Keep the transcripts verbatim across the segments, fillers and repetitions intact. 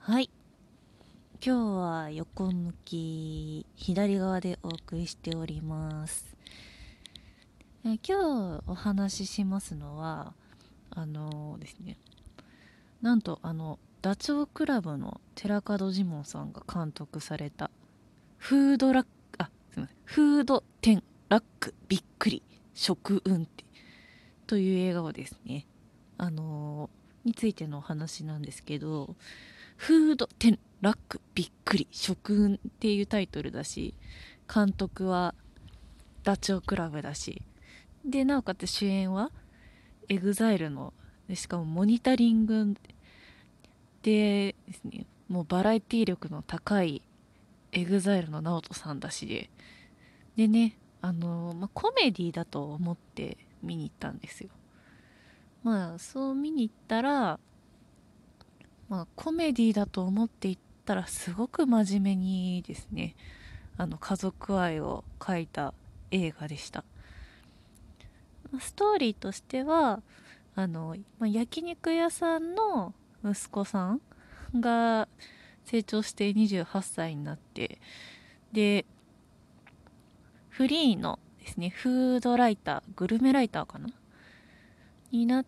はい、今日は横向き左側でお送りしております。え今日お話ししますのはあのですねなんとあのダチョウ倶楽部の寺門ジモンさんが監督されたフードラックあすみませんフード店ラックびっくり食運ってという映画をですねあのについてのお話なんですけど、フード店ラックびっくり食運っていうタイトルだし、監督はダチョウ倶楽部だし、でなおかつ主演はエグザイルの、でしかもモニタリングでですね、もうバラエティ力の高いエグザイルの直人さんだしででねあの、まあ、コメディだと思って見に行ったんですよ。まあそう見に行ったら、まあ、コメディだと思って行ったらすごく真面目にですね、あの家族愛を描いた映画でした。ストーリーとしてはあの、まあ、焼肉屋さんの息子さんが成長してにじゅうはっさいになって、でフリーのですねフードライターグルメライターかなになって、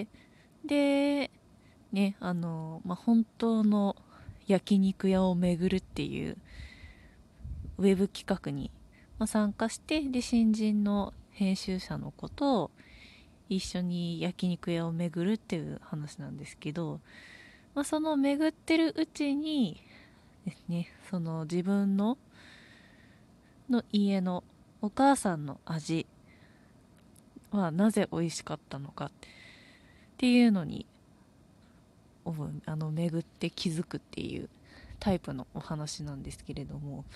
でねあの、まあ、本当の焼肉屋を巡るっていうウェブ企画に、まあ、参加して、で新人の編集者の子と一緒に焼肉屋を巡るっていう話なんですけど、まあ、その巡ってるうちにですね、その自分のの家のお母さんの味はなぜ美味しかったのかっていうのにあの巡って気づくっていうタイプのお話なんですけれども、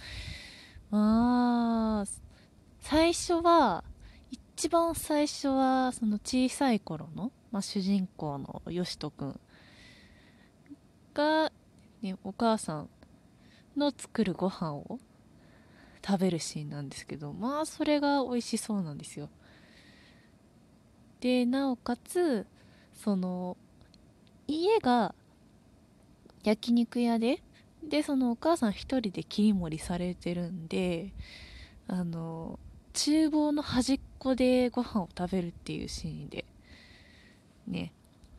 まあ最初は一番最初はその小さい頃の、まあ、主人公のよしとくんが、ね、お母さんの作るご飯を食べるシーンなんですけど、まあそれが美味しそうなんですよ。でなおかつその家が焼肉屋ででそのお母さん一人で切り盛りされてるんで、あの厨房の端っこでご飯を食べるっていうシーンでね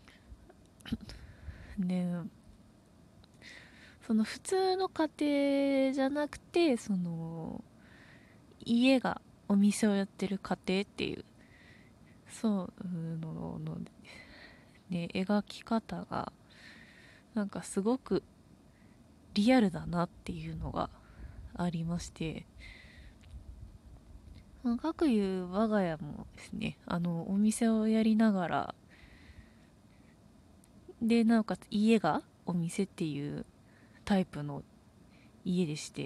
ねその普通の家庭じゃなくて、その家がお店をやってる家庭っていうそうののね描き方がなんかすごくリアルだなっていうのがありまして、かくいう我が家もですねあのお店をやりながらでなおかつ家がお店っていうタイプの家でして、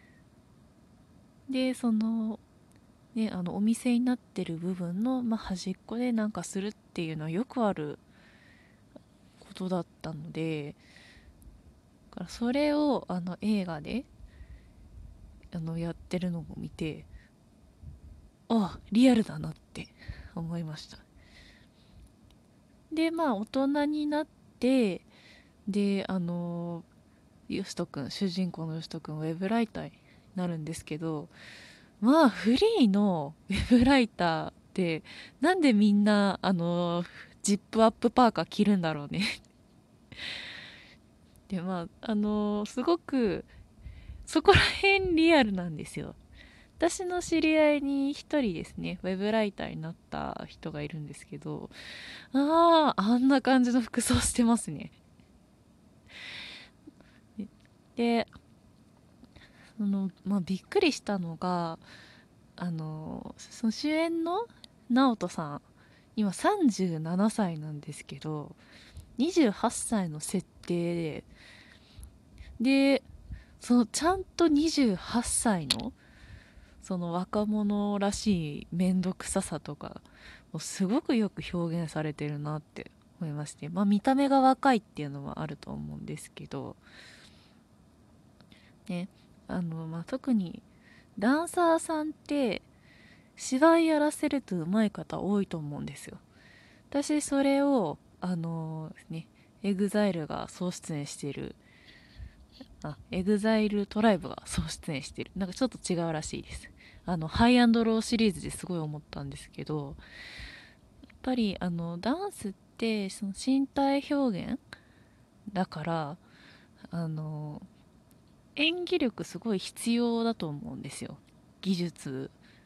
でそのねあのお店になってる部分の、まあ、端っこでなんかするっていうのはよくあることだったので、だからそれをあの映画であのやってるのを見て、あリアルだなって思いました。でまあ大人になって、であのよしとくん主人公のよしとくんウェブライターになるんですけど、まあフリーのウェブライターってなんでみんなあのジップアップパーカー着るんだろうねでまああのすごくそこら辺リアルなんですよ。私の知り合いに一人ですねウェブライターになった人がいるんですけど、あああんな感じの服装してますね。でその、まあ、びっくりしたのがあのその主演の直人さん今さんじゅうななさいなんですけど、にじゅうはっさいの設定ででそのちゃんとにじゅうはっさいのその若者らしい面倒くささとかもうすごくよく表現されてるなって思いまして、まあ見た目が若いっていうのはあると思うんですけどね、あの、まあ、特にダンサーさんって芝居やらせると上手い方多いと思うんですよ。私それをあのねエグザイルが総出演しているあ、エグザイルトライブが総出演してる。なんかちょっと違うらしいです。あのハイアンドローシリーズですごい思ったんですけど、やっぱりあのダンスってその身体表現だから、あの演技力すごい必要だと思うんですよ。技術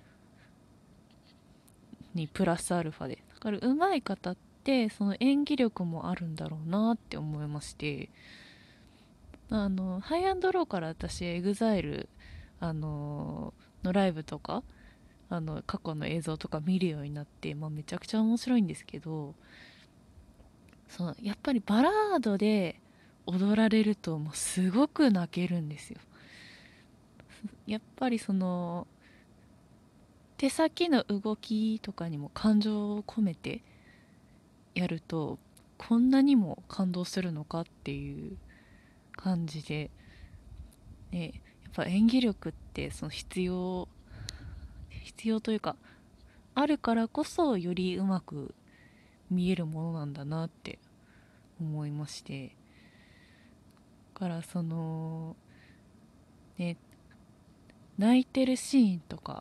にプラスアルファで。だから上手い方ってその演技力もあるんだろうなって思いまして、あのハイアンドローから私エグザイルあののライブとかあの過去の映像とか見るようになって、まあ、めちゃくちゃ面白いんですけど、そのやっぱりバラードで踊られるともうすごく泣けるんですよ。やっぱりその手先の動きとかにも感情を込めてやるとこんなにも感動するのかっていう感じで、ね、やっぱ演技力ってその必要必要というかあるからこそよりうまく見えるものなんだなって思いまして、だからそのね、泣いてるシーンとか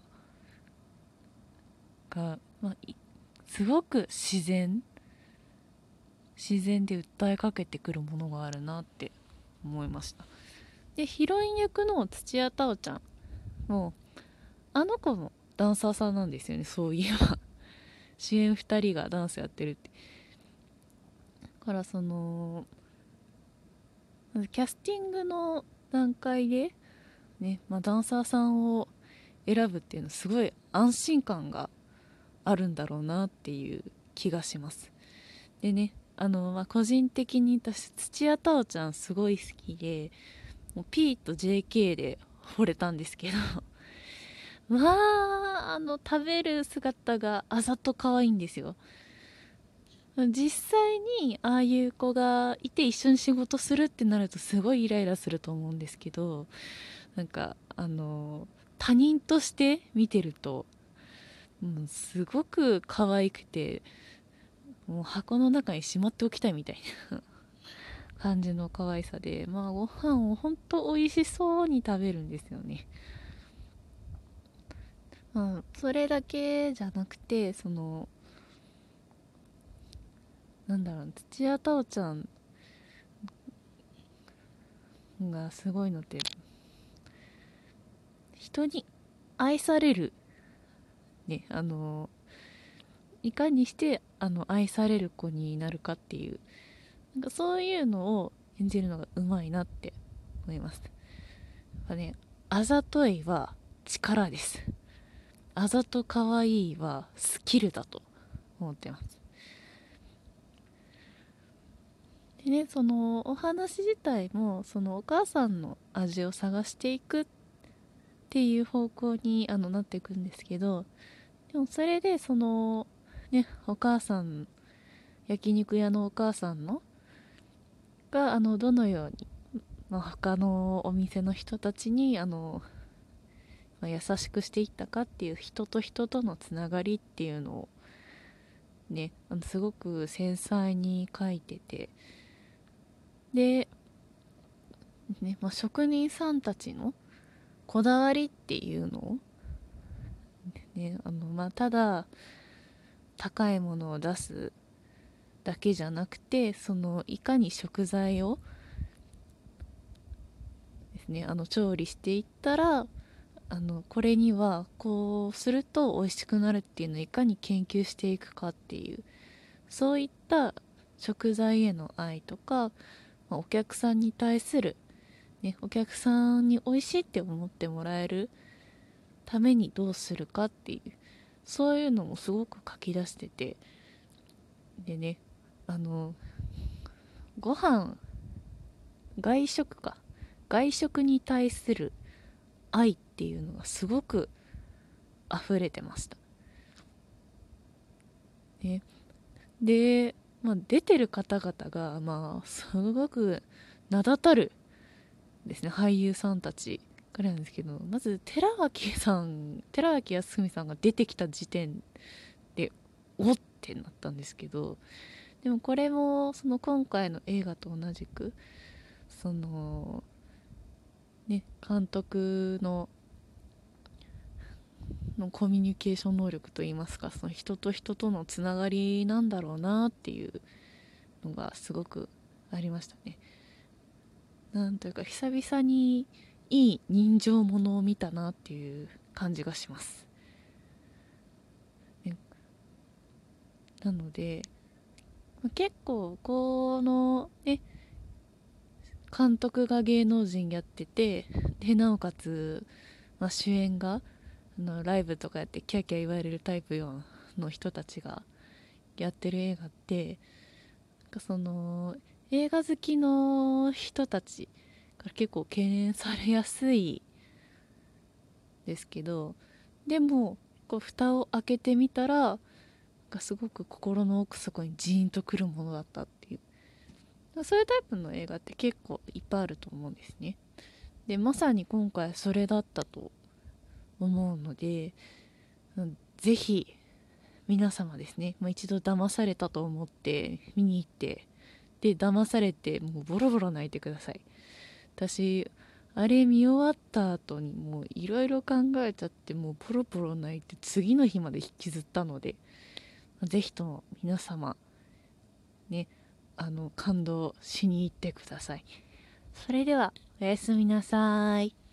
が、まあ、すごく自然自然で訴えかけてくるものがあるなって思いました。でヒロイン役の土屋太鳳ちゃんもあの子もダンサーさんなんですよね、そういえば主演ふたりがダンスやってるって。だからそのキャスティングの段階でね、まあ、ダンサーさんを選ぶっていうのはすごい安心感があるんだろうなっていう気がします。でね、あの、まあ、個人的に私土屋太鳳ちゃんすごい好きで、もう P と ジェーケー で惚れたんですけどまああの食べる姿があざと可愛いんですよ。実際にああいう子がいて一緒に仕事するってなるとすごいイライラすると思うんですけど、なんかあの他人として見てると、うん、すごく可愛くて、もう箱の中にしまっておきたいみたいな感じの可愛さで、まあご飯をほんと美味しそうに食べるんですよね。うん、それだけじゃなくて、そのなんだろう、土屋太鳳ちゃんがすごいのって、人に愛されるね、あのいかにしてあの愛される子になるかっていう、なんかそういうのを演じるのがうまいなって思います。やっぱね、あざといは力です。あざとかわいいはスキルだと思ってます。でね、そのお話自体もそのお母さんの味を探していくっていう方向にあのなっていくんですけど、でもそれでそのね、お母さん、焼肉屋のお母さんのがあのどのように、まあ、他のお店の人たちにあの、まあ、優しくしていったかっていう人と人とのつながりっていうのをね、あのすごく繊細に書いてて、で、ね、まあ、職人さんたちのこだわりっていうのを、ね、あのまあ、ただ高いものを出すだけじゃなくて、そのいかに食材をですね、あの調理していったら、あのこれにはこうすると美味しくなるっていうのをいかに研究していくかっていう、そういった食材への愛とか、まあお客さんに対する、ね、お客さんに美味しいって思ってもらえるためにどうするかっていう、そういうのもすごく書き出してて、でね、あのご飯外食か外食に対する愛っていうのがすごく溢れてました、ね、で、まあ、出てる方々がまあすごく名だたるですね俳優さんたちからなんですけど、まず寺脇さん寺脇康文さんが出てきた時点でおってなったんですけど、でもこれもその今回の映画と同じく、そのね、監督ののコミュニケーション能力といいますか、その人と人とのつながりなんだろうなっていうのがすごくありましたね。なんというか久々にいい人情ものを見たなっていう感じがします。ね、なので結構このね監督が芸能人やってて、でなおかつ、まあ、主演があのライブとかやってキャーキャー言われるタイプの人たちがやってる映画って、なんかその映画好きの人たちが結構懸念されやすいですけど、でもこう蓋を開けてみたらなんかすごく心の奥底にジーンとくるものだったっていう、そういうタイプの映画って結構いっぱいあると思うんですね。でまさに今回それだったと思うので、うん、ぜひ皆様ですね、まあ、一度騙されたと思って見に行って、で騙されてもうボロボロ泣いてください。私あれ見終わった後にもういろいろ考えちゃって、もうボロボロ泣いて次の日まで引きずったので、ぜひとも皆様ね、あの感動しに行ってください。それではおやすみなさい。